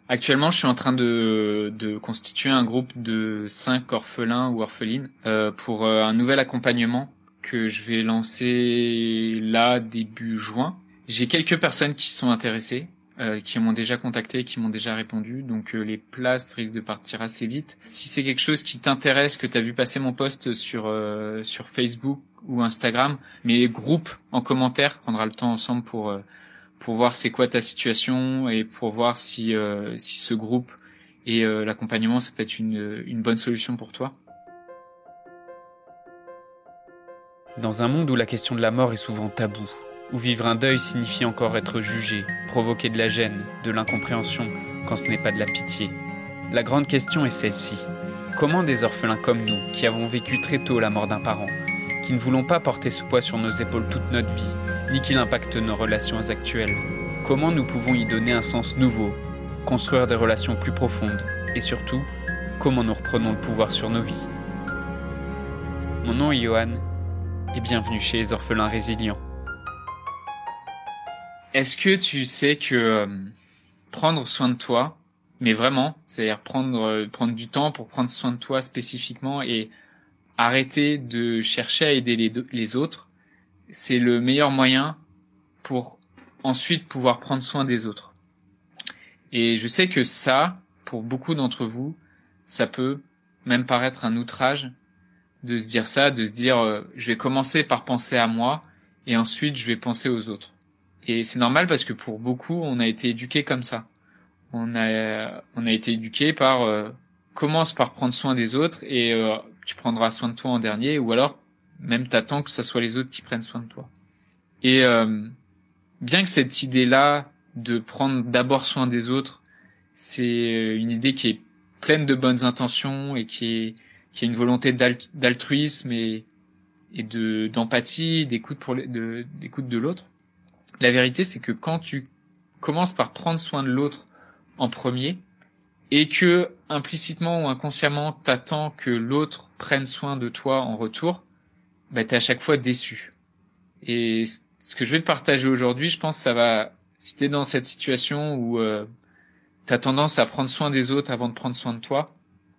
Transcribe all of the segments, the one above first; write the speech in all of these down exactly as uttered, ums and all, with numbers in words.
Actuellement, je suis en train de, de constituer un groupe de cinq orphelins ou orphelines euh, pour euh, un nouvel accompagnement que je vais lancer là début juin. J'ai quelques personnes qui sont intéressées, euh, qui m'ont déjà contacté, qui m'ont déjà répondu, donc euh, les places risquent de partir assez vite. Si c'est quelque chose qui t'intéresse, que tu as vu passer mon post sur euh, sur Facebook ou Instagram, mes groupes en commentaire, on prendra le temps ensemble pour euh, pour voir c'est quoi ta situation et pour voir si euh, si ce groupe et euh, l'accompagnement ça peut être une une bonne solution pour toi. Dans un monde où la question de la mort est souvent taboue, où vivre un deuil signifie encore être jugé, provoquer de la gêne, de l'incompréhension, quand ce n'est pas de la pitié, la grande question est celle-ci. Comment des orphelins comme nous, qui avons vécu très tôt la mort d'un parent, qui ne voulons pas porter ce poids sur nos épaules toute notre vie, ni qu'il impacte nos relations actuelles, comment nous pouvons y donner un sens nouveau, construire des relations plus profondes, et surtout, comment nous reprenons le pouvoir sur nos vies. Mon nom est Johan, et bienvenue chez les orphelins résilients. Est-ce que tu sais que euh, prendre soin de toi, mais vraiment, c'est-à-dire prendre euh, prendre du temps pour prendre soin de toi spécifiquement et arrêter de chercher à aider les, deux, les autres, c'est le meilleur moyen pour ensuite pouvoir prendre soin des autres. Et je sais que ça, pour beaucoup d'entre vous, ça peut même paraître un outrage de se dire ça, de se dire euh, je vais commencer par penser à moi et ensuite je vais penser aux autres. Et c'est normal parce que pour beaucoup, on a été éduqués comme ça. On a on a été éduqués par euh, commence par prendre soin des autres et euh, tu prendras soin de toi en dernier, ou alors même t'attends que ce soit les autres qui prennent soin de toi. Et euh, bien que cette idée-là de prendre d'abord soin des autres, c'est une idée qui est pleine de bonnes intentions et qui est qui a une volonté d'alt- d'altruisme et et de d'empathie, d'écoute pour le- de d'écoute de l'autre. La vérité, c'est que quand tu commences par prendre soin de l'autre en premier et que implicitement ou inconsciemment t'attends que l'autre prenne soin de toi en retour, bah t'es à chaque fois déçu. Et ce que je vais te partager aujourd'hui, je pense que ça va, si t'es dans cette situation où euh, t'as tendance à prendre soin des autres avant de prendre soin de toi,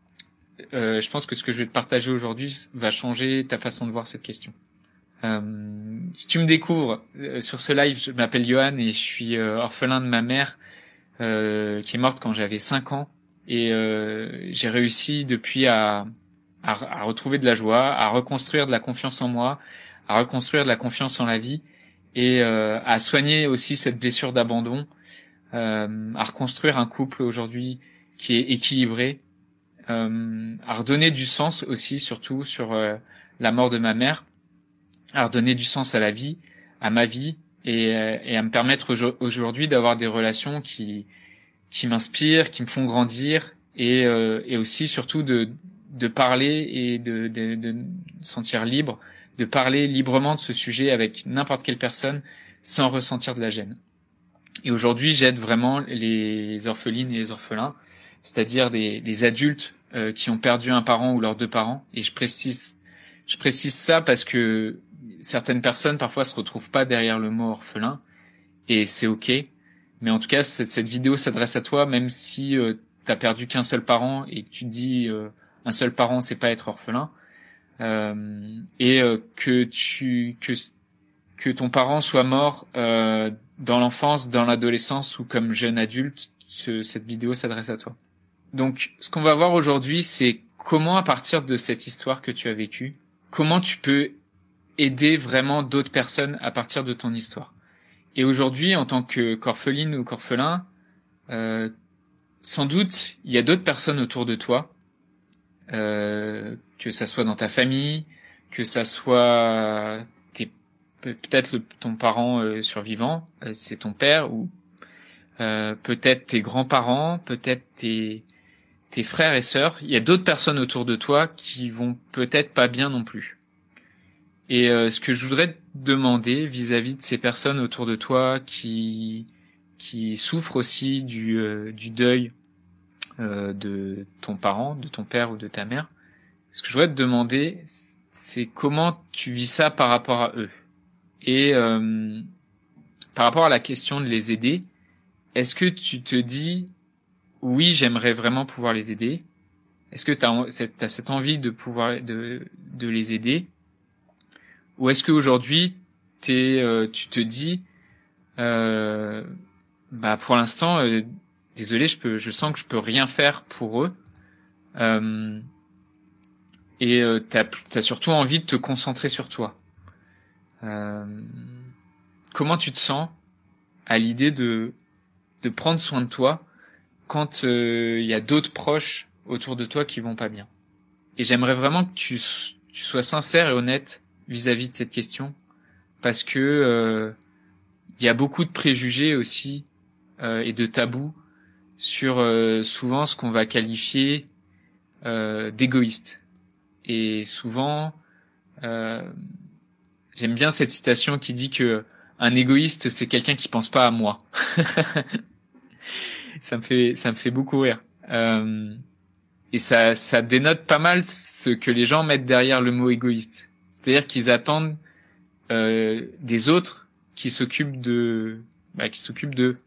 euh, je pense que ce que je vais te partager aujourd'hui va changer ta façon de voir cette question. Euh, si tu me découvres euh, sur ce live, je m'appelle Johan et je suis euh, orphelin de ma mère euh, qui est morte quand j'avais cinq ans, et euh, j'ai réussi depuis à, à, à retrouver de la joie, à reconstruire de la confiance en moi, à reconstruire de la confiance en la vie et euh, à soigner aussi cette blessure d'abandon, euh, à reconstruire un couple aujourd'hui qui est équilibré, euh, à redonner du sens aussi, surtout sur euh, la mort de ma mère, à redonner du sens à la vie, à ma vie, et, euh, et à me permettre aujourd'hui d'avoir des relations qui qui m'inspirent, qui me font grandir, et, euh, et aussi surtout de de parler et de, de de sentir libre, de parler librement de ce sujet avec n'importe quelle personne sans ressentir de la gêne. Et aujourd'hui, j'aide vraiment les orphelines et les orphelins, c'est-à-dire des les adultes euh, qui ont perdu un parent ou leurs deux parents. Et je précise je précise ça parce que certaines personnes parfois se retrouvent pas derrière le mot orphelin, et c'est ok. Mais en tout cas, cette, cette vidéo s'adresse à toi, même si euh, t'as perdu qu'un seul parent et que tu te dis euh, un seul parent, c'est pas être orphelin, euh, et euh, que tu que que ton parent soit mort euh, dans l'enfance, dans l'adolescence ou comme jeune adulte, ce, cette vidéo s'adresse à toi. Donc, ce qu'on va voir aujourd'hui, c'est comment, à partir de cette histoire que tu as vécue, comment tu peux aider vraiment d'autres personnes à partir de ton histoire. Et aujourd'hui, en tant que qu'orpheline ou qu'orphelin, euh, sans doute, il y a d'autres personnes autour de toi, euh, que ça soit dans ta famille, que ça soit tes, peut-être le, ton parent euh, survivant, euh, c'est ton père, ou euh, peut-être tes grands-parents, peut-être tes, tes frères et sœurs. Il y a d'autres personnes autour de toi qui vont peut-être pas bien non plus. Et euh, ce que je voudrais te demander vis-à-vis de ces personnes autour de toi qui qui souffrent aussi du euh, du deuil euh, de ton parent, de ton père ou de ta mère, ce que je voudrais te demander, c'est comment tu vis ça par rapport à eux. Et euh, par rapport à la question de les aider, est-ce que tu te dis oui, j'aimerais vraiment pouvoir les aider. Est-ce que t'as, t'as cette envie de pouvoir, de, de les aider? Ou est-ce qu'aujourd'hui, t'es, euh, tu te dis, euh, bah, pour l'instant, euh, désolé, je peux, je sens que je peux rien faire pour eux. Euh, et euh, t'as, t'as surtout envie de te concentrer sur toi. Euh, comment tu te sens à l'idée de, de prendre soin de toi quand il euh, y a d'autres proches autour de toi qui vont pas bien? Et j'aimerais vraiment que tu, tu sois sincère et honnête vis-à-vis de cette question, parce que euh, il y a beaucoup de préjugés aussi euh, et de tabous sur euh, souvent ce qu'on va qualifier euh, d'égoïste. Et souvent, euh, j'aime bien cette citation qui dit que un égoïste, c'est quelqu'un qui pense pas à moi. Ça me fait, ça me fait beaucoup rire. Euh, et ça, ça dénote pas mal ce que les gens mettent derrière le mot égoïste. C'est-à-dire qu'ils attendent euh, des autres qui s'occupent de, bah, qui s'occupent d'eux.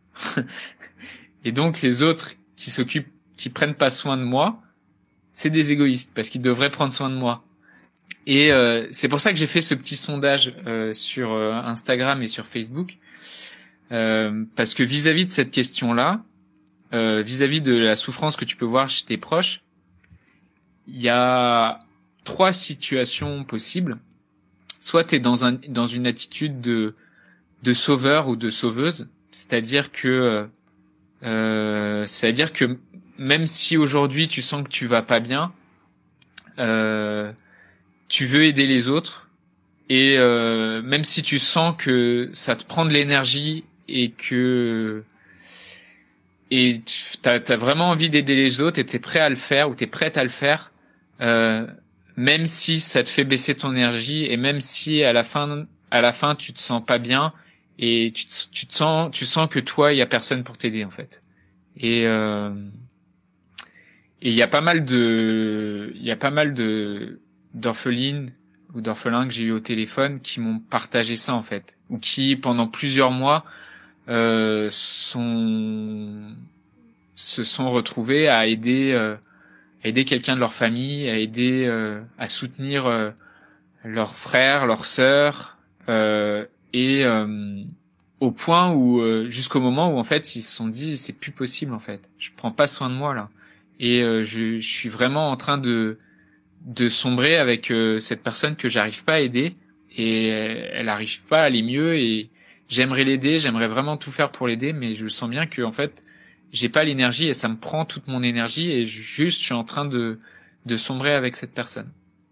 Et donc les autres qui s'occupent, qui prennent pas soin de moi, c'est des égoïstes parce qu'ils devraient prendre soin de moi. Et euh, c'est pour ça que j'ai fait ce petit sondage euh, sur euh, Instagram et sur Facebook, euh, parce que vis-à-vis de cette question-là, euh, vis-à-vis de la souffrance que tu peux voir chez tes proches, il y a trois situations possibles. Soit tu es dans un dans une attitude de de sauveur ou de sauveuse, c'est-à-dire que euh, c'est-à-dire que même si aujourd'hui tu sens que tu vas pas bien, euh, tu veux aider les autres, et euh, même si tu sens que ça te prend de l'énergie et que et t'as t'as vraiment envie d'aider les autres et t'es prêt à le faire ou t'es prête à le faire, euh, même si ça te fait baisser ton énergie et même si à la fin à la fin tu te sens pas bien et tu te, tu te sens tu sens que toi il y a personne pour t'aider en fait. Et euh, et il y a pas mal de il y a pas mal de d'orphelines ou d'orphelins que j'ai eu au téléphone qui m'ont partagé ça en fait, ou qui pendant plusieurs mois euh, sont se sont retrouvés à aider euh, à aider quelqu'un de leur famille, à aider euh, à soutenir euh, leurs frères, leurs sœurs, euh, et euh, au point où euh, jusqu'au moment où en fait ils se sont dit c'est plus possible en fait, je prends pas soin de moi là, et euh, je, je suis vraiment en train de de sombrer avec euh, cette personne que j'arrive pas à aider, et elle arrive pas à aller mieux, et j'aimerais l'aider, j'aimerais vraiment tout faire pour l'aider, mais je sens bien que en fait j'ai pas l'énergie et ça me prend toute mon énergie et juste je suis en train de de sombrer avec cette personne.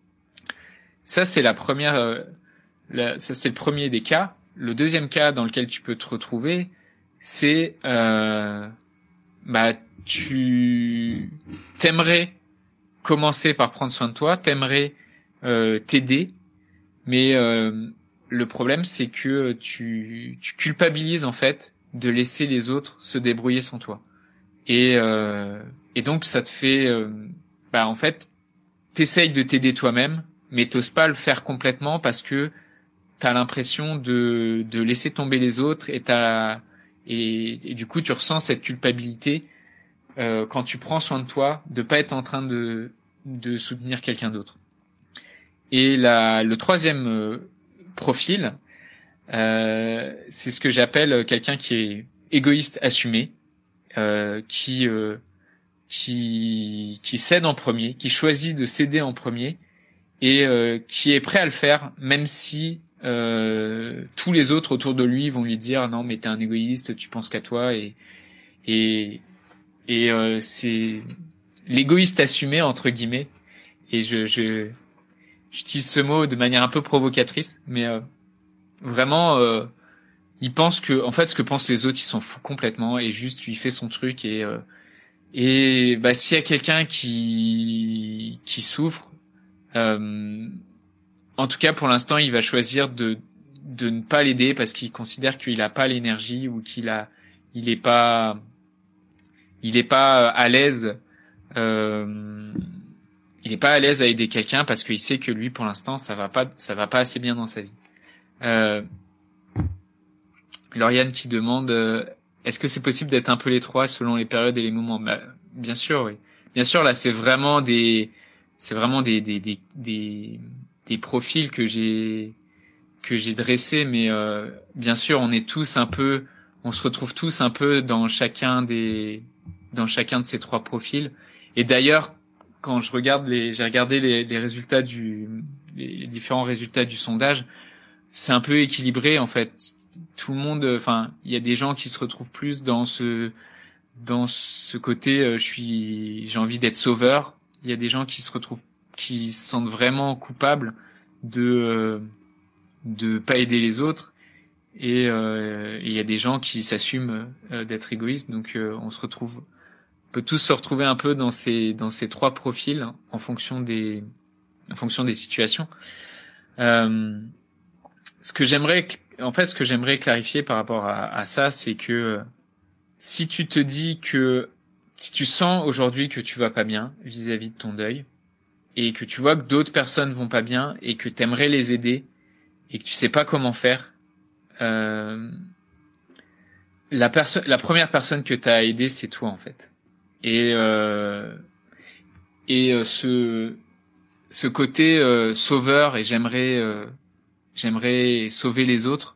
Ça c'est la première euh, la, ça c'est le premier des cas. Le deuxième cas dans lequel tu peux te retrouver, c'est euh, bah tu t'aimerais commencer par prendre soin de toi, t'aimerais euh, t'aider, mais euh, le problème c'est que tu tu culpabilises en fait de laisser les autres se débrouiller sans toi. Et euh, et donc ça te fait euh, bah en fait t'essayes de t'aider toi-même, mais t'oses pas le faire complètement parce que t'as l'impression de de laisser tomber les autres, et t'as et, et du coup tu ressens cette culpabilité euh, quand tu prends soin de toi de pas être en train de de soutenir quelqu'un d'autre. Et la le troisième euh, profil, euh, c'est ce que j'appelle quelqu'un qui est égoïste assumé, euh, qui euh, qui qui cède en premier, qui choisit de céder en premier, et euh, qui est prêt à le faire même si euh, tous les autres autour de lui vont lui dire non mais t'es un égoïste, tu penses qu'à toi, et et et euh, c'est l'égoïste assumé entre guillemets, et je je j'utilise ce mot de manière un peu provocatrice, mais euh, vraiment euh, il pense que en fait ce que pensent les autres il s'en fout complètement, et juste lui fait son truc, et euh, et bah s'il y a quelqu'un qui qui souffre, euh, en tout cas pour l'instant il va choisir de de ne pas l'aider parce qu'il considère qu'il a pas l'énergie, ou qu'il a il est pas il est pas à l'aise euh, il est pas à l'aise à aider quelqu'un parce qu'il sait que lui pour l'instant ça va pas ça va pas assez bien dans sa vie. Euh, Lauriane qui demande euh, est-ce que c'est possible d'être un peu les trois selon les périodes et les moments? Bah, bien sûr, oui. Bien sûr, là, c'est vraiment des, c'est vraiment des, des, des, des, des profils que j'ai, que j'ai dressés, mais euh, bien sûr, on est tous un peu, on se retrouve tous un peu dans chacun des, dans chacun de ces trois profils. Et d'ailleurs, quand je regarde les, j'ai regardé les, les résultats du, les différents résultats du sondage, c'est un peu équilibré en fait. Tout le monde, enfin, il y a des gens qui se retrouvent plus dans ce, dans ce côté, euh, je suis, j'ai envie d'être sauveur. Il y a des gens qui se retrouvent, qui se sentent vraiment coupables de, euh, de pas aider les autres. Et euh, il y a des gens qui s'assument euh, d'être égoïstes. Donc, euh, on se retrouve, on peut tous se retrouver un peu dans ces, dans ces trois profils hein, en fonction des, en fonction des situations. Euh, ce que j'aimerais, en fait, ce que j'aimerais clarifier par rapport à, à ça, c'est que si tu te dis que, si tu sens aujourd'hui que tu vas pas bien vis-à-vis de ton deuil, et que tu vois que d'autres personnes vont pas bien, et que t'aimerais les aider, et que tu sais pas comment faire, euh, la personne, la première personne que t'as à aider, c'est toi, en fait. Et, euh, et euh, ce, ce côté euh, sauveur, et j'aimerais, euh, j'aimerais sauver les autres,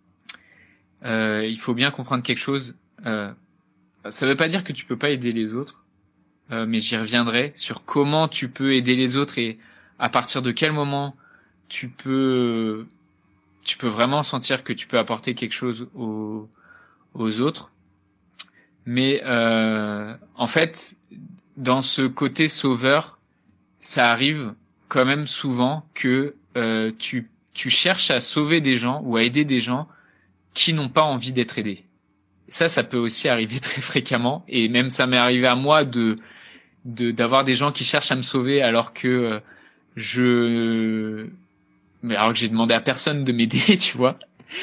euh, il faut bien comprendre quelque chose. Euh, ça veut pas dire que tu peux pas aider les autres, euh, mais j'y reviendrai sur comment tu peux aider les autres et à partir de quel moment tu peux, tu peux vraiment sentir que tu peux apporter quelque chose aux, aux autres. Mais euh, en fait, dans ce côté sauveur, ça arrive quand même souvent que euh, tu, tu cherches à sauver des gens ou à aider des gens qui n'ont pas envie d'être aidés. Ça, ça peut aussi arriver très fréquemment, et même ça m'est arrivé à moi de, de d'avoir des gens qui cherchent à me sauver alors que euh, je, mais alors que j'ai demandé à personne de m'aider, tu vois.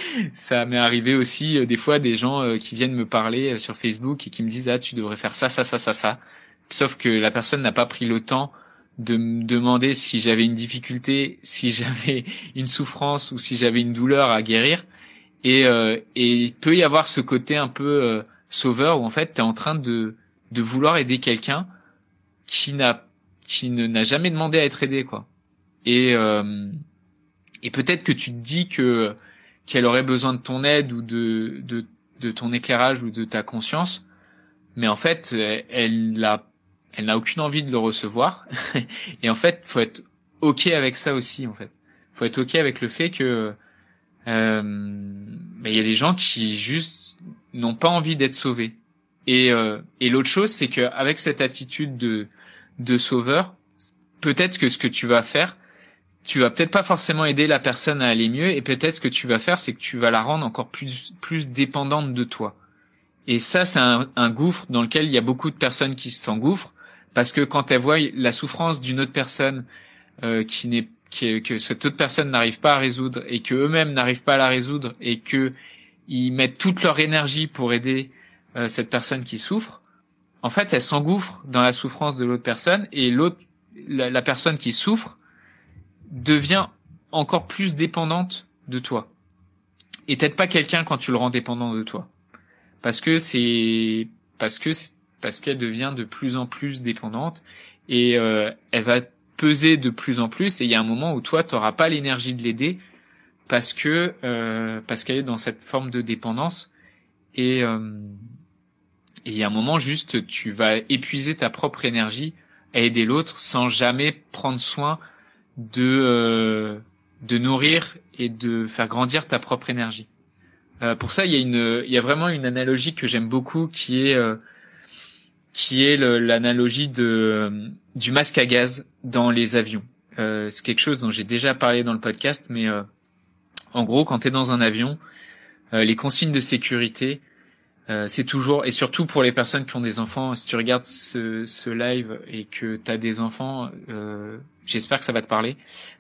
Ça m'est arrivé aussi euh, des fois des gens euh, qui viennent me parler euh, sur Facebook et qui me disent ah tu devrais faire ça ça ça ça ça, sauf que la personne n'a pas pris le temps de me demander si j'avais une difficulté, si j'avais une souffrance ou si j'avais une douleur à guérir. Et, euh, et il peut y avoir ce côté un peu euh, sauveur où en fait t'es en train de de vouloir aider quelqu'un qui n'a qui ne n'a jamais demandé à être aidé quoi. Et euh, et peut-être que tu te dis que qu'elle aurait besoin de ton aide ou de de de ton éclairage ou de ta conscience, mais en fait elle a elle n'a aucune envie de le recevoir. Et en fait faut être ok avec ça aussi en fait. Faut être ok avec le fait que Euh, mais il y a des gens qui juste n'ont pas envie d'être sauvés. Et, euh, et l'autre chose, c'est que avec cette attitude de de sauveur, peut-être que ce que tu vas faire, tu vas peut-être pas forcément aider la personne à aller mieux, et peut-être ce que tu vas faire, c'est que tu vas la rendre encore plus plus dépendante de toi. Et ça, c'est un, un gouffre dans lequel il y a beaucoup de personnes qui s'engouffrent, parce que quand elles voient la souffrance d'une autre personne euh, qui n'est Que, que cette autre personne n'arrive pas à résoudre et que eux-mêmes n'arrivent pas à la résoudre et que ils mettent toute leur énergie pour aider euh, cette personne qui souffre, en fait, elle s'engouffre dans la souffrance de l'autre personne et l'autre, la, la personne qui souffre devient encore plus dépendante de toi. Et t'aides pas quelqu'un quand tu le rends dépendant de toi, parce que c'est parce que c'est, parce qu'elle devient de plus en plus dépendante et euh, elle va peser de plus en plus, et il y a un moment où toi t'auras pas l'énergie de l'aider parce que euh, parce qu'elle est dans cette forme de dépendance, et euh, et il y a un moment juste tu vas épuiser ta propre énergie à aider l'autre sans jamais prendre soin de euh, de nourrir et de faire grandir ta propre énergie. Euh, pour ça il y a une il y a vraiment une analogie que j'aime beaucoup qui est euh, qui est le, l'analogie de euh, du masque à gaz dans les avions. Euh, c'est quelque chose dont j'ai déjà parlé dans le podcast, mais euh, en gros, quand tu es dans un avion, euh, les consignes de sécurité, euh, c'est toujours, et surtout pour les personnes qui ont des enfants, si tu regardes ce, ce live et que tu as des enfants, euh, j'espère que ça va te parler.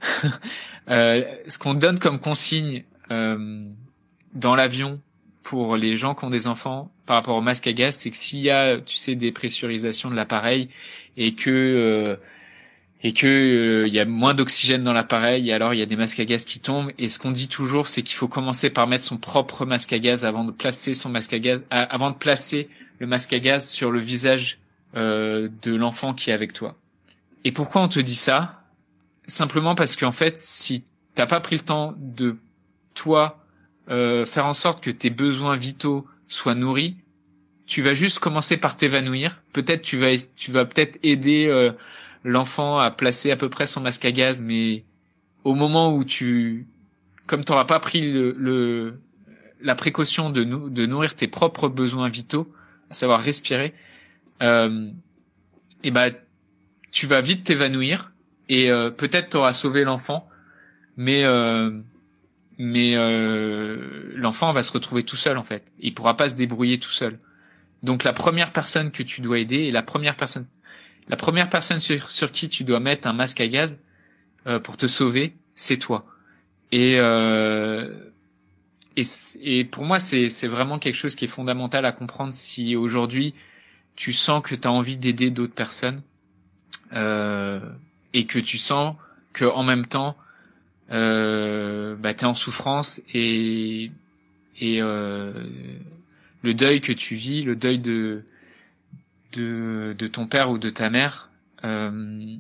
euh, ce qu'on donne comme consigne euh, dans l'avion pour les gens qui ont des enfants par rapport au masque à gaz, c'est que s'il y a, tu sais, des pressurisations de l'appareil et que euh, et que euh, il y a moins d'oxygène dans l'appareil, et alors il y a des masques à gaz qui tombent. Et ce qu'on dit toujours, c'est qu'il faut commencer par mettre son propre masque à gaz avant de placer son masque à gaz, à, avant de placer le masque à gaz sur le visage euh, de l'enfant qui est avec toi. Et pourquoi on te dit ça? Simplement parce qu'en fait, si t'as pas pris le temps de toi euh, faire en sorte que tes besoins vitaux soient nourris, tu vas juste commencer par t'évanouir. Peut-être tu vas tu vas peut-être aider euh, l'enfant à placer à peu près son masque à gaz, mais au moment où tu, comme t'auras pas pris le, le la précaution de nou, de nourrir tes propres besoins vitaux, à savoir respirer, euh, et ben tu vas vite t'évanouir et euh, peut-être t'auras sauvé l'enfant, mais euh, mais euh, l'enfant va se retrouver tout seul en fait. Il pourra pas se débrouiller tout seul. Donc la première personne que tu dois aider et la première personne La première personne sur, sur qui tu dois mettre un masque à gaz euh, pour te sauver, c'est toi. Et, euh, et et pour moi, c'est c'est vraiment quelque chose qui est fondamental à comprendre si aujourd'hui tu sens que tu as envie d'aider d'autres personnes euh, et que tu sens que en même temps euh, bah t'es en souffrance et et euh, le deuil que tu vis, le deuil de de de ton père ou de ta mère, euh,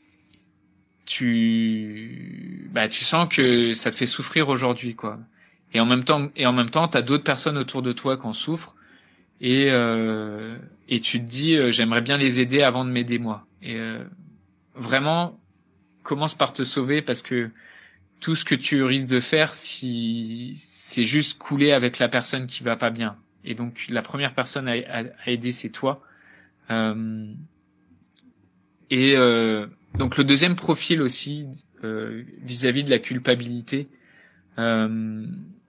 tu bah tu sens que ça te fait souffrir aujourd'hui quoi. Et en même temps et en même temps t'as d'autres personnes autour de toi qui en souffrent et euh, et tu te dis euh, j'aimerais bien les aider avant de m'aider moi. Et euh, vraiment commence par te sauver parce que tout ce que tu risques de faire si c'est juste couler avec la personne qui va pas bien. Et donc la première personne à, à, à aider c'est toi. Euh, et euh, donc le deuxième profil aussi euh, vis-à-vis de la culpabilité euh,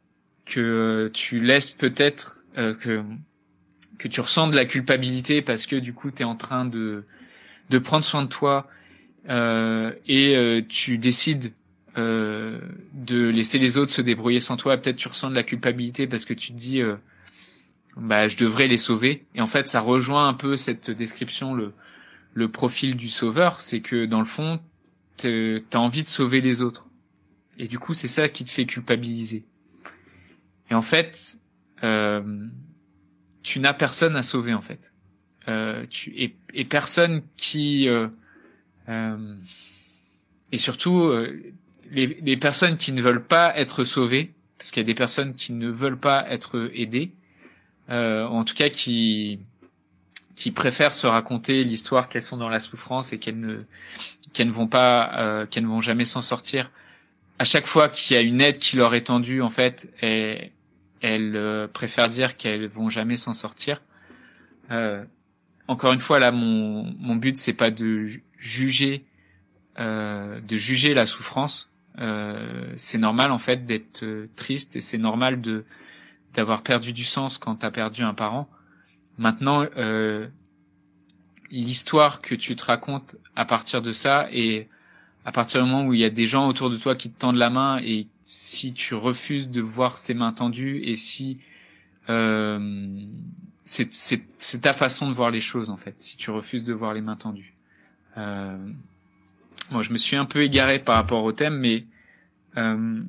que tu laisses peut-être euh, que que tu ressens de la culpabilité parce que du coup tu es en train de de prendre soin de toi euh, et euh, tu décides euh, de laisser les autres se débrouiller sans toi. Peut-être tu ressens de la culpabilité parce que tu te dis euh, bah je devrais les sauver, et en fait ça rejoint un peu cette description, le le profil du sauveur, c'est que dans le fond t'as envie de sauver les autres et du coup c'est ça qui te fait culpabiliser. Et en fait euh, tu n'as personne à sauver en fait, euh, tu et, et personne qui euh, euh, et surtout euh, les, les personnes qui ne veulent pas être sauvées, parce qu'il y a des personnes qui ne veulent pas être aidées, Euh, en tout cas qui qui préfèrent se raconter l'histoire qu'elles sont dans la souffrance et qu'elles ne qu'elles ne vont pas euh, qu'elles ne vont jamais s'en sortir. À chaque fois qu'il y a une aide qui leur est tendue, en fait, elles, elles euh, préfèrent dire qu'elles vont jamais s'en sortir. Euh, encore une fois, là, mon mon but c'est pas de juger euh, de juger la souffrance. Euh, c'est normal en fait d'être triste et c'est normal de d'avoir perdu du sens quand t'as perdu un parent. Maintenant, euh, l'histoire que tu te racontes à partir de ça, et à partir du moment où il y a des gens autour de toi qui te tendent la main, et si tu refuses de voir ces mains tendues, et si euh, c'est, c'est, c'est ta façon de voir les choses en fait, si tu refuses de voir les mains tendues. Euh, bon, je me suis un peu égaré par rapport au thème, mais euh,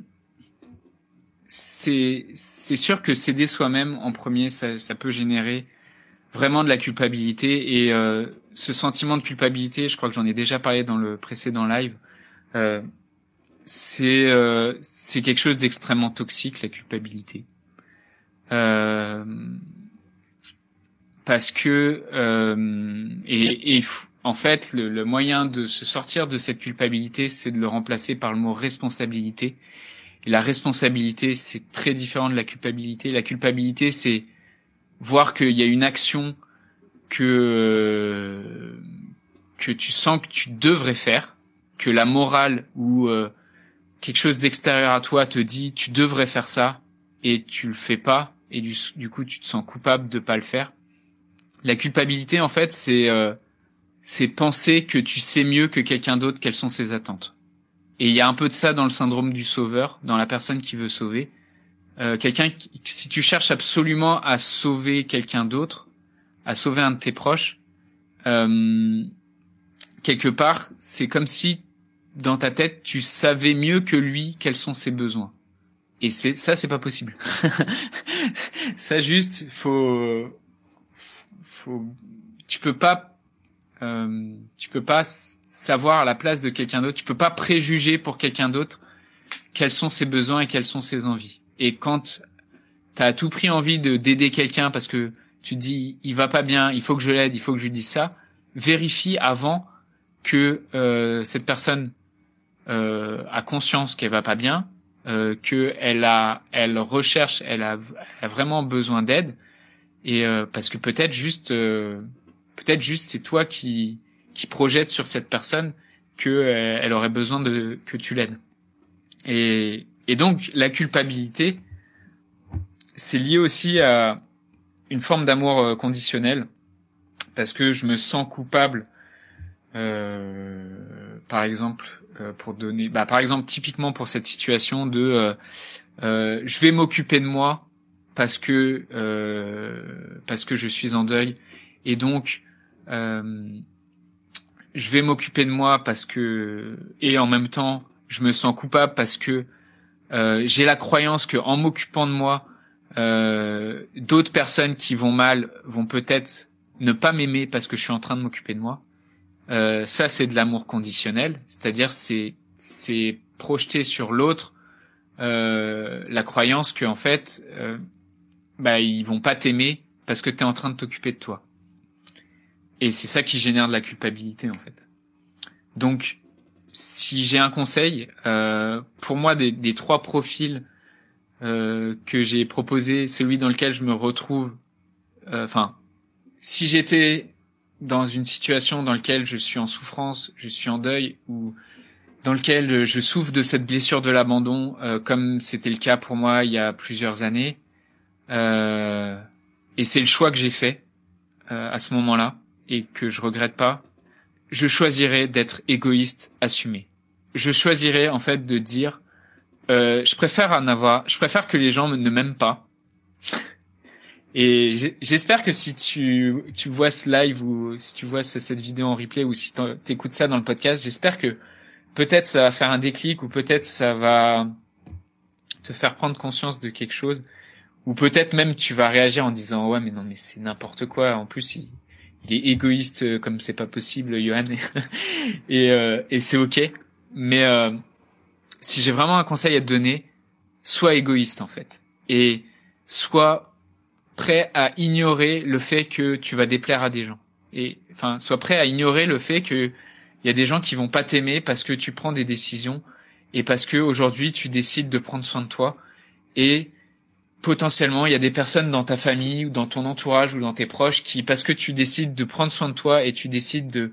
c'est c'est sûr que s'aider soi-même en premier, ça, ça peut générer vraiment de la culpabilité, et euh, ce sentiment de culpabilité, je crois que j'en ai déjà parlé dans le précédent live, euh, c'est euh, c'est quelque chose d'extrêmement toxique, la culpabilité, euh, parce que euh, et, et en fait le, le moyen de se sortir de cette culpabilité, c'est de le remplacer par le mot responsabilité. Et la responsabilité, c'est très différent de la culpabilité. La culpabilité, c'est voir qu'il y a une action que euh, que tu sens que tu devrais faire, que la morale ou euh, quelque chose d'extérieur à toi te dit tu devrais faire ça et tu le fais pas, et du, du coup tu te sens coupable de pas le faire. La culpabilité, en fait, c'est euh, c'est penser que tu sais mieux que quelqu'un d'autre quelles sont ses attentes. Et il y a un peu de ça dans le syndrome du sauveur, dans la personne qui veut sauver. Euh, quelqu'un qui, si tu cherches absolument à sauver quelqu'un d'autre, à sauver un de tes proches, euh, quelque part, c'est comme si dans ta tête, tu savais mieux que lui quels sont ses besoins. Et c'est ça, c'est pas possible. Ça juste, faut, faut, tu peux pas, euh, tu peux pas savoir à la place de quelqu'un d'autre. Tu peux pas préjuger pour quelqu'un d'autre quels sont ses besoins et quelles sont ses envies. Et quand t'as à tout prix envie de d'aider quelqu'un parce que tu te dis il va pas bien, il faut que je l'aide, il faut que je lui dise ça, vérifie avant que euh, cette personne euh, a conscience qu'elle va pas bien, euh, que elle a, elle recherche, elle a, elle a vraiment besoin d'aide, et euh, parce que peut-être juste, euh, peut-être juste c'est toi qui qui projette sur cette personne que euh, elle aurait besoin de que tu l'aides. Et et donc la culpabilité, c'est lié aussi à une forme d'amour euh, conditionnel, parce que je me sens coupable. Euh, par exemple, euh, pour donner, bah par exemple typiquement pour cette situation de, euh, euh, je vais m'occuper de moi parce que euh, parce que je suis en deuil, et donc euh, je vais m'occuper de moi parce que, et en même temps je me sens coupable parce que euh, j'ai la croyance que en m'occupant de moi, euh, d'autres personnes qui vont mal vont peut-être ne pas m'aimer parce que je suis en train de m'occuper de moi. Euh, ça, c'est de l'amour conditionnel, c'est-à-dire c'est c'est projeter sur l'autre euh, la croyance que en fait, euh, bah ils vont pas t'aimer parce que t'es en train de t'occuper de toi. Et c'est ça qui génère de la culpabilité en fait. Donc, si j'ai un conseil, euh, pour moi des, des trois profils euh, que j'ai proposé, celui dans lequel je me retrouve, enfin, euh, si j'étais dans une situation dans laquelle je suis en souffrance, je suis en deuil, ou dans lequel je souffre de cette blessure de l'abandon, euh, comme c'était le cas pour moi il y a plusieurs années, euh, et c'est le choix que j'ai fait euh, à ce moment-là, et que je regrette pas, je choisirais d'être égoïste assumé. Je choisirais en fait de dire, euh, je préfère en avoir, je préfère que les gens ne m'aiment pas. Et j'espère que si tu tu vois ce live, ou si tu vois ce, cette vidéo en replay, ou si t'écoutes ça dans le podcast, j'espère que peut-être ça va faire un déclic, ou peut-être ça va te faire prendre conscience de quelque chose, ou peut-être même tu vas réagir en disant ouais mais non mais c'est n'importe quoi, en plus il, il est égoïste comme c'est pas possible Johan, et euh, et c'est ok. Mais euh, si j'ai vraiment un conseil à te donner, sois égoïste en fait, et sois prêt à ignorer le fait que tu vas déplaire à des gens. Et enfin, sois prêt à ignorer le fait que il y a des gens qui vont pas t'aimer parce que tu prends des décisions, et parce que aujourd'hui tu décides de prendre soin de toi, et potentiellement il y a des personnes dans ta famille ou dans ton entourage ou dans tes proches qui, parce que tu décides de prendre soin de toi et tu décides de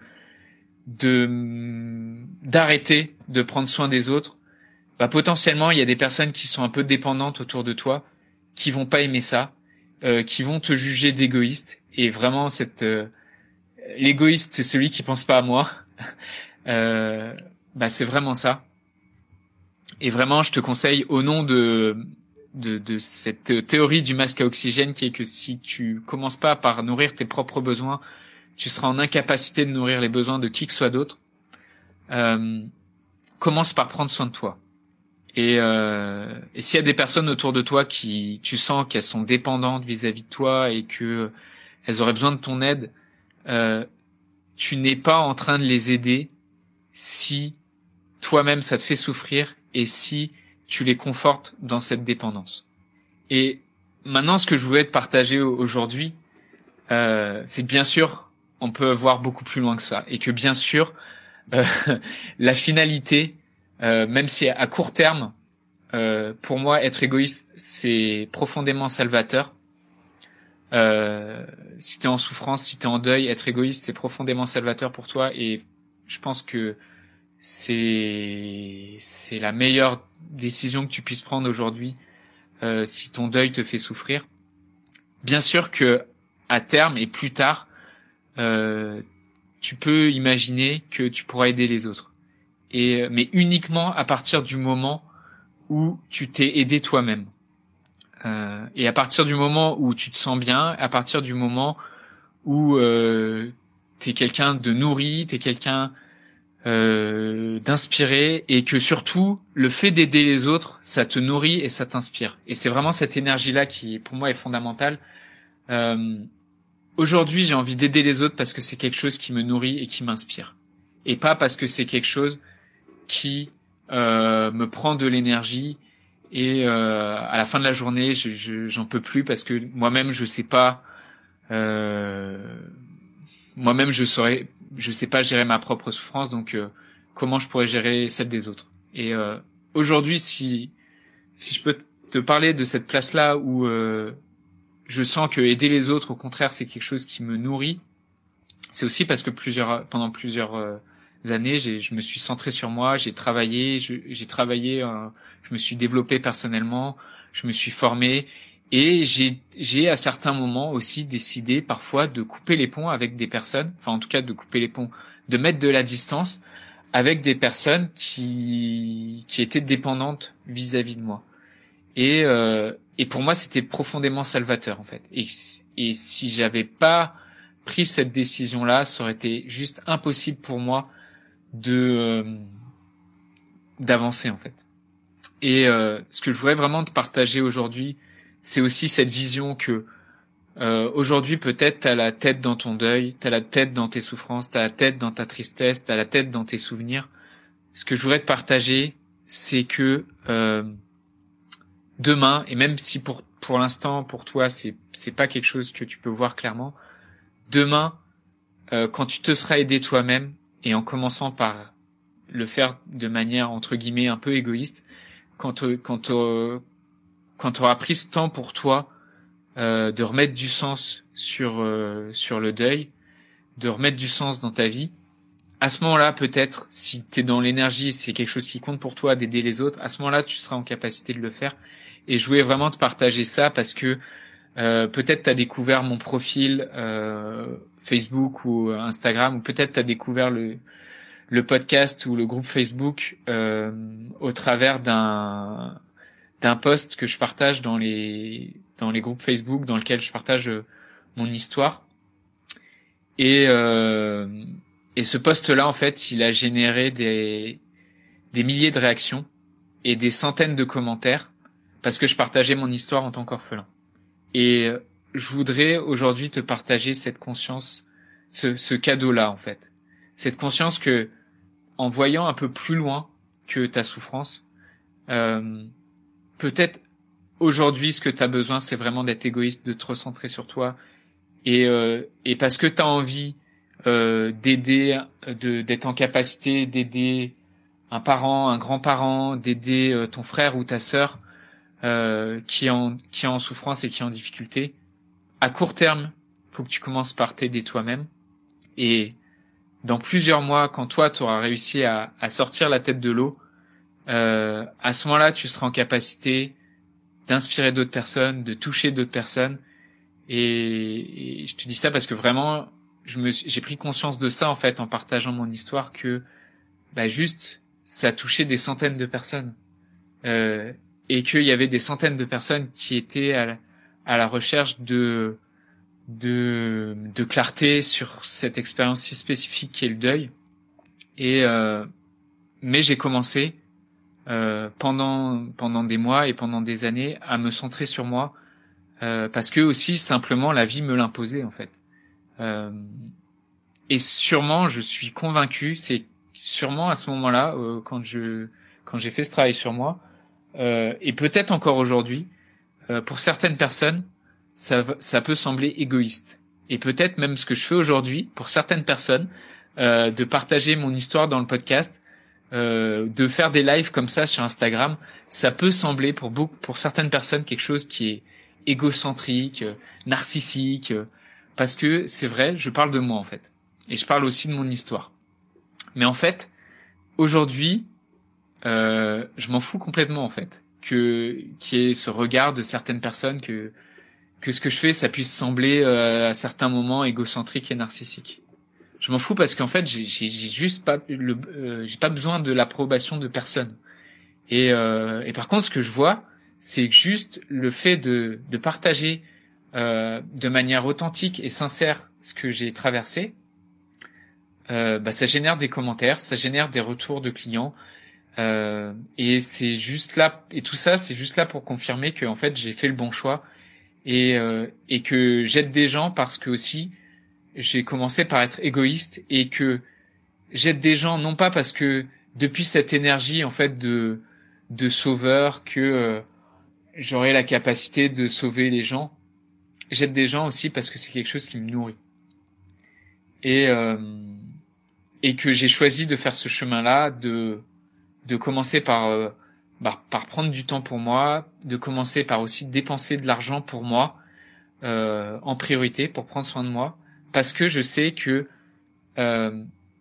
de d'arrêter de prendre soin des autres, bah potentiellement il y a des personnes qui sont un peu dépendantes autour de toi qui vont pas aimer ça. Euh, qui vont te juger d'égoïste. Et vraiment, cette euh, l'égoïste, c'est celui qui pense pas à moi. euh, bah c'est vraiment ça. Et vraiment, je te conseille, au nom de de, de cette théorie du masque à oxygène, qui est que si tu commences pas par nourrir tes propres besoins, tu seras en incapacité de nourrir les besoins de qui que soit d'autre. Euh, commence par prendre soin de toi. Et, euh, et s'il y a des personnes autour de toi qui, tu sens qu'elles sont dépendantes vis-à-vis de toi et que elles auraient besoin de ton aide, euh, tu n'es pas en train de les aider si toi-même ça te fait souffrir et si tu les confortes dans cette dépendance. Et maintenant, ce que je voulais te partager aujourd'hui, euh, c'est que bien sûr, on peut voir beaucoup plus loin que ça, et que bien sûr, euh, la finalité, Euh, même si à court terme, euh, pour moi, être égoïste, c'est profondément salvateur. Euh, si t'es en souffrance, si t'es en deuil, être égoïste, c'est profondément salvateur pour toi. Et je pense que c'est c'est la meilleure décision que tu puisses prendre aujourd'hui, euh, si ton deuil te fait souffrir. Bien sûr que à terme et plus tard, euh, tu peux imaginer que tu pourras aider les autres. Et, mais uniquement à partir du moment où tu t'es aidé toi-même. Euh, et à partir du moment où tu te sens bien, à partir du moment où euh, t'es quelqu'un de nourri, t'es quelqu'un euh, d'inspiré, et que surtout le fait d'aider les autres, ça te nourrit et ça t'inspire. Et c'est vraiment cette énergie-là qui, pour moi, est fondamentale. Euh, aujourd'hui, j'ai envie d'aider les autres parce que c'est quelque chose qui me nourrit et qui m'inspire, et pas parce que c'est quelque chose qui euh, me prend de l'énergie et euh, à la fin de la journée, je, je, j'en peux plus parce que moi-même je sais pas, euh, moi-même je saurais, je sais pas gérer ma propre souffrance, donc euh, comment je pourrais gérer celle des autres. Et euh, aujourd'hui, si si je peux te parler de cette place-là où euh, je sens que aider les autres, au contraire, c'est quelque chose qui me nourrit, c'est aussi parce que plusieurs pendant plusieurs euh, années, j'ai, je me suis centré sur moi, j'ai travaillé, je, j'ai travaillé, euh, je me suis développé personnellement, je me suis formé, et j'ai, j'ai à certains moments aussi décidé parfois de couper les ponts avec des personnes, enfin en tout cas de couper les ponts, de mettre de la distance avec des personnes qui qui étaient dépendantes vis-à-vis de moi. Et euh, et pour moi, c'était profondément salvateur en fait. Et et si j'avais pas pris cette décision-là, ça aurait été juste impossible pour moi de euh, d'avancer en fait. Et euh, ce que je voudrais vraiment te partager aujourd'hui, c'est aussi cette vision que euh, aujourd'hui peut-être t'as la tête dans ton deuil, t'as la tête dans tes souffrances, t'as la tête dans ta tristesse, t'as la tête dans tes souvenirs. Ce que je voudrais te partager, c'est que euh, demain, et même si pour pour l'instant pour toi c'est c'est pas quelque chose que tu peux voir clairement, demain euh, quand tu te seras aidé toi-même, et en commençant par le faire de manière entre guillemets un peu égoïste, quand quand quand tu auras pris ce temps pour toi euh, de remettre du sens sur euh, sur le deuil, de remettre du sens dans ta vie, à ce moment-là peut-être, si t'es dans l'énergie, c'est quelque chose qui compte pour toi d'aider les autres, à ce moment-là tu seras en capacité de le faire. Et je voulais vraiment te partager ça parce que euh, peut-être t'as découvert mon profil euh, Facebook ou Instagram, ou peut-être t'as découvert le le podcast ou le groupe Facebook euh, au travers d'un d'un post que je partage dans les dans les groupes Facebook dans lesquels je partage euh, mon histoire. Et euh, et ce post-là en fait, il a généré des des milliers de réactions et des centaines de commentaires parce que je partageais mon histoire en tant qu'orphelin. Et je voudrais aujourd'hui te partager cette conscience, ce, ce cadeau-là en fait. Cette conscience que, en voyant un peu plus loin que ta souffrance, euh, peut-être aujourd'hui ce que tu as besoin, c'est vraiment d'être égoïste, de te recentrer sur toi, et, euh, et parce que tu as envie euh, d'aider, de, d'être en capacité d'aider un parent, un grand-parent, d'aider euh, ton frère ou ta sœur euh, qui est en qui est en souffrance et qui est en difficulté. À court terme, faut que tu commences par t'aider toi-même, et dans plusieurs mois, quand toi tu auras réussi à, à sortir la tête de l'eau, euh, à ce moment-là, tu seras en capacité d'inspirer d'autres personnes, de toucher d'autres personnes. Et, et je te dis ça parce que vraiment, je me j'ai pris conscience de ça en fait en partageant mon histoire, que bah juste ça touchait des centaines de personnes. Euh, et qu'il y avait des centaines de personnes qui étaient à la, à la recherche de, de, de clarté sur cette expérience si spécifique qui est le deuil. Et, euh, mais j'ai commencé, euh, pendant, pendant des mois et pendant des années à me centrer sur moi, euh, parce que aussi simplement la vie me l'imposait, en fait. Euh, et sûrement, je suis convaincu, c'est sûrement à ce moment-là, euh, quand je, quand j'ai fait ce travail sur moi, Euh, et peut-être encore aujourd'hui, euh, pour certaines personnes, ça, ça peut sembler égoïste. Et peut-être même ce que je fais aujourd'hui, pour certaines personnes, euh, de partager mon histoire dans le podcast, euh, de faire des lives comme ça sur Instagram, ça peut sembler pour beaucoup, pour certaines personnes, quelque chose qui est égocentrique, euh, narcissique, euh, parce que c'est vrai, je parle de moi en fait, et je parle aussi de mon histoire. Mais en fait, aujourd'hui, Euh, je m'en fous complètement en fait que qu'il y ait ce regard de certaines personnes, que que ce que je fais ça puisse sembler euh, à certains moments égocentrique et narcissique. Je m'en fous parce qu'en fait j'ai j'ai, j'ai juste pas le euh, j'ai pas besoin de l'approbation de personne. Et euh, et par contre ce que je vois, c'est juste le fait de de partager euh, de manière authentique et sincère ce que j'ai traversé, euh, bah, ça génère des commentaires, ça génère des retours de clients. Euh, et c'est juste là, et tout ça, c'est juste là pour confirmer que en fait j'ai fait le bon choix et euh, et que j'aide des gens parce que aussi j'ai commencé par être égoïste et que j'aide des gens non pas parce que depuis cette énergie en fait de de sauveur que euh, j'aurai la capacité de sauver les gens. J'aide des gens aussi parce que c'est quelque chose qui me nourrit et euh, et que j'ai choisi de faire ce chemin-là de de commencer par, euh, par par prendre du temps pour moi, de commencer par aussi dépenser de l'argent pour moi euh, en priorité pour prendre soin de moi, parce que je sais que euh,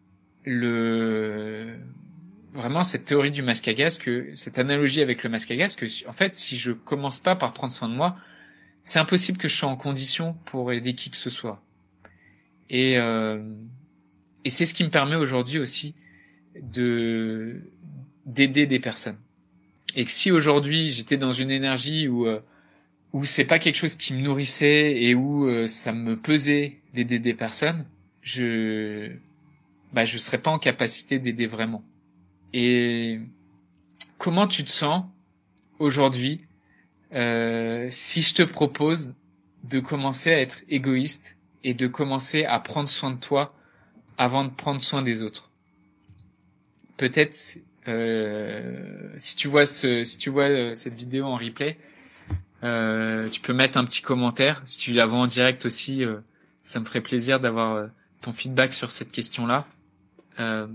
le vraiment cette théorie du masque à gaz, que cette analogie avec le masque à gaz, que en fait si je commence pas par prendre soin de moi, c'est impossible que je sois en condition pour aider qui que ce soit. Et euh, et c'est ce qui me permet aujourd'hui aussi de d'aider des personnes. Et que si aujourd'hui j'étais dans une énergie où euh, où c'est pas quelque chose qui me nourrissait et où euh, ça me pesait d'aider des personnes, je bah je serais pas en capacité d'aider vraiment. Et comment tu te sens aujourd'hui euh, si je te propose de commencer à être égoïste et de commencer à prendre soin de toi avant de prendre soin des autres? Peut-être Euh, si tu vois ce, si tu vois euh, cette vidéo en replay, euh, tu peux mettre un petit commentaire. Si tu la vois en direct aussi, euh, ça me ferait plaisir d'avoir euh, ton feedback sur cette question-là. Euh,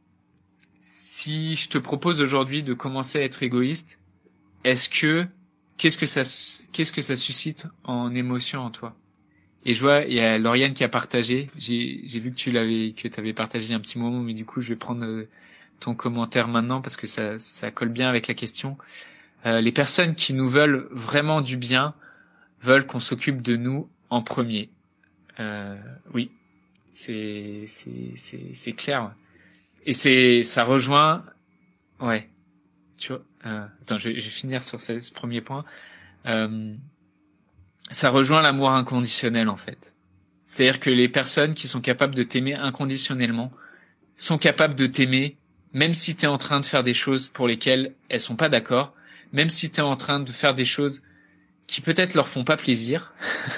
si je te propose aujourd'hui de commencer à être égoïste, est-ce que qu'est-ce que ça qu'est-ce que ça suscite en émotion en toi? Et je vois, il y a Lauriane qui a partagé. J'ai j'ai vu que tu l'avais que tu avais partagé un petit moment, mais du coup, je vais prendre euh, ton commentaire maintenant parce que ça, ça colle bien avec la question. Euh, les personnes qui nous veulent vraiment du bien veulent qu'on s'occupe de nous en premier. Euh, oui, c'est c'est c'est c'est clair. Et c'est ça rejoint. Ouais. Tu vois. Euh, attends, je, je vais finir sur ce, ce premier point. Euh, ça rejoint l'amour inconditionnel en fait. C'est-à-dire que les personnes qui sont capables de t'aimer inconditionnellement sont capables de t'aimer même si t'es en train de faire des choses pour lesquelles elles sont pas d'accord, même si t'es en train de faire des choses qui peut-être leur font pas plaisir.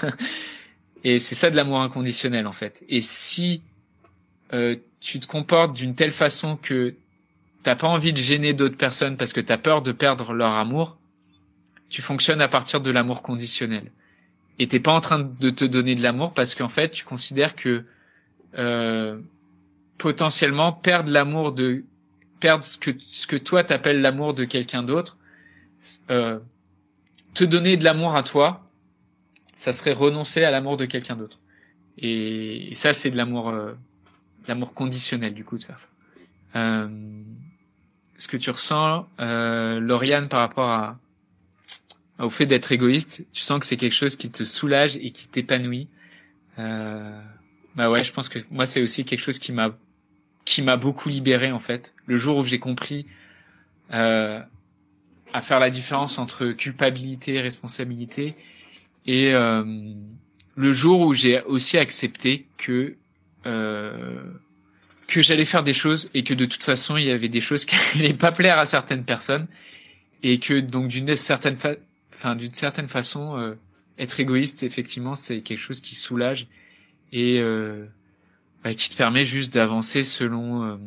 Et c'est ça de l'amour inconditionnel, en fait. Et si euh, tu te comportes d'une telle façon que t'as pas envie de gêner d'autres personnes parce que t'as peur de perdre leur amour, tu fonctionnes à partir de l'amour conditionnel. Et t'es pas en train de te donner de l'amour parce qu'en fait, tu considères que euh, potentiellement perdre l'amour de perdre ce que ce que toi t'appelles l'amour de quelqu'un d'autre, euh, te donner de l'amour à toi, ça serait renoncer à l'amour de quelqu'un d'autre. Et, et ça, c'est de l'amour, euh, de l'amour conditionnel du coup de faire ça. Euh, ce que tu ressens, euh, Lauriane, par rapport à au fait d'être égoïste, tu sens que c'est quelque chose qui te soulage et qui t'épanouit. Euh, bah ouais, je pense que moi c'est aussi quelque chose qui m'a qui m'a beaucoup libéré en fait. Le jour où j'ai compris euh, à faire la différence entre culpabilité et responsabilité, et euh, le jour où j'ai aussi accepté que euh, que j'allais faire des choses et que de toute façon il y avait des choses qui allaient pas plaire à certaines personnes et que donc d'une certaine fa- enfin d'une certaine façon euh, être égoïste effectivement c'est quelque chose qui soulage et euh, bah, qui te permet juste d'avancer selon euh,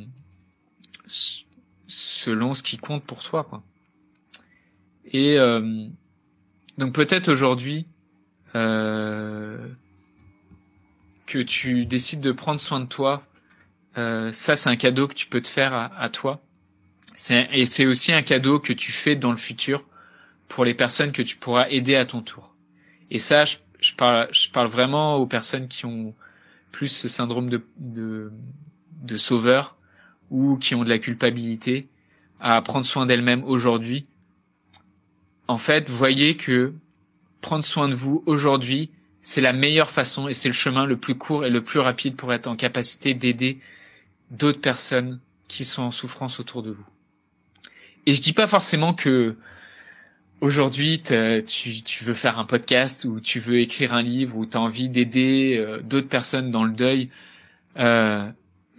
selon ce qui compte pour toi quoi. Et euh, donc peut-être aujourd'hui euh, que tu décides de prendre soin de toi, euh, ça c'est un cadeau que tu peux te faire à, à toi. C'est, et c'est aussi un cadeau que tu fais dans le futur pour les personnes que tu pourras aider à ton tour. Et ça, je, je parle, je parle vraiment aux personnes qui ont plus ce syndrome de, de, de sauveur ou qui ont de la culpabilité à prendre soin d'elles-mêmes aujourd'hui. En fait, voyez que prendre soin de vous aujourd'hui, c'est la meilleure façon et c'est le chemin le plus court et le plus rapide pour être en capacité d'aider d'autres personnes qui sont en souffrance autour de vous. Et je dis pas forcément que aujourd'hui tu, tu veux faire un podcast ou tu veux écrire un livre ou tu as envie d'aider euh, d'autres personnes dans le deuil. Euh,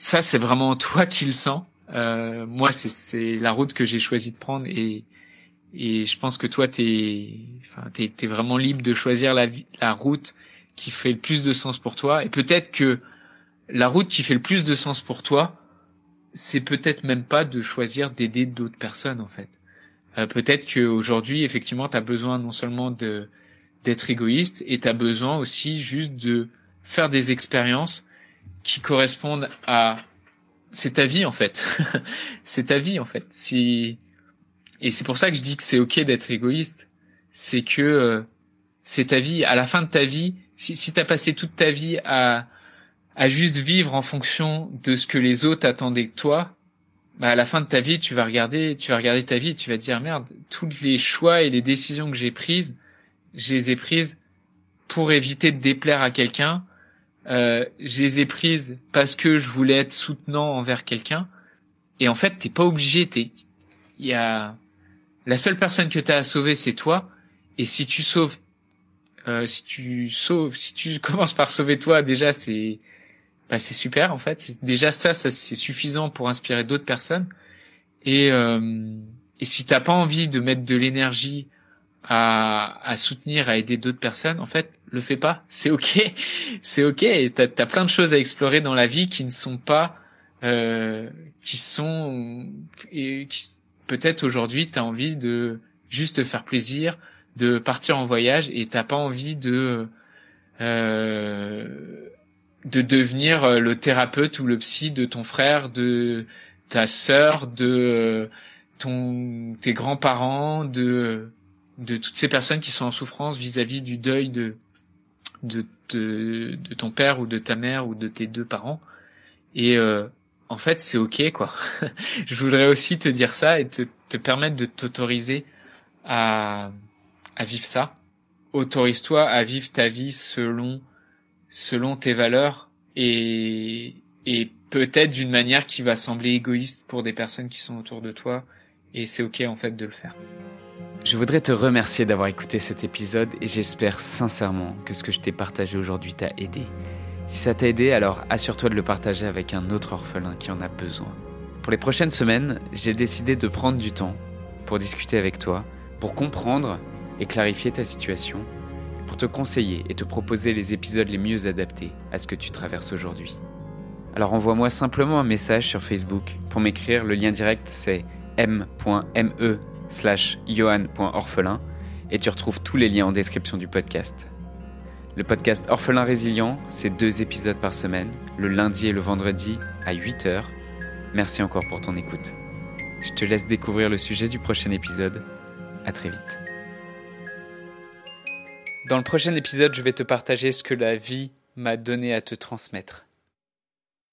ça, c'est vraiment toi qui le sens. Euh, moi, c'est, c'est la route que j'ai choisi de prendre et, et je pense que toi, t'es, enfin, t'es, t'es vraiment libre de choisir la, la route qui fait le plus de sens pour toi. Et peut-être que la route qui fait le plus de sens pour toi, c'est peut-être même pas de choisir d'aider d'autres personnes, en fait. Euh, peut-être qu'aujourd'hui, effectivement, t'as besoin non seulement de, d'être égoïste et t'as besoin aussi juste de faire des expériences qui correspondent à, c'est ta vie, en fait. C'est ta vie, en fait. Si, et c'est pour ça que je dis que c'est ok d'être égoïste. C'est que, euh, c'est ta vie. À la fin de ta vie, si, si t'as passé toute ta vie à, à juste vivre en fonction de ce que les autres attendaient de toi, bah à la fin de ta vie, tu vas regarder, tu vas regarder ta vie et tu vas te dire merde, tous les choix et les décisions que j'ai prises, je les ai prises pour éviter de déplaire à quelqu'un. Euh, je les ai prises parce que je voulais être soutenant envers quelqu'un. Et en fait, t'es pas obligé. T'es, il y a la seule personne que t'as à sauver, c'est toi. Et si tu sauves, euh, si tu sauves, si tu commences par sauver toi, déjà c'est Bah, c'est super en fait. C'est, déjà ça, ça c'est suffisant pour inspirer d'autres personnes. Et euh, et si t'as pas envie de mettre de l'énergie à à soutenir, à aider d'autres personnes, en fait, le fais pas. C'est ok, c'est ok. Et t'as t'as plein de choses à explorer dans la vie qui ne sont pas, euh, qui sont et qui, peut-être aujourd'hui t'as envie de juste te faire plaisir, de partir en voyage et t'as pas envie de euh, de devenir le thérapeute ou le psy de ton frère, de ta sœur, de ton, tes grands-parents, de, de toutes ces personnes qui sont en souffrance vis-à-vis du deuil de, de, de, de ton père ou de ta mère ou de tes deux parents. Et, euh, en fait, c'est ok, quoi. Je voudrais aussi te dire ça et te, te permettre de t'autoriser à, à vivre ça. Autorise-toi à vivre ta vie selon selon tes valeurs et et peut-être d'une manière qui va sembler égoïste pour des personnes qui sont autour de toi et c'est ok en fait de le faire. Je voudrais te remercier d'avoir écouté cet épisode et j'espère sincèrement que ce que je t'ai partagé aujourd'hui t'a aidé. Si ça t'a aidé, alors assure-toi de le partager avec un autre orphelin qui en a besoin. Pour les prochaines semaines, j'ai décidé de prendre du temps pour discuter avec toi, pour comprendre et clarifier ta situation, pour te conseiller et te proposer les épisodes les mieux adaptés à ce que tu traverses aujourd'hui. Alors envoie-moi simplement un message sur Facebook. Pour m'écrire, le lien direct c'est m.me slash johan.orphelin et tu retrouves tous les liens en description du podcast. Le podcast Orphelin Résilient, c'est deux épisodes par semaine, le lundi et le vendredi à huit heures. Merci encore pour ton écoute. Je te laisse découvrir le sujet du prochain épisode. À très vite. Dans le prochain épisode, je vais te partager ce que la vie m'a donné à te transmettre.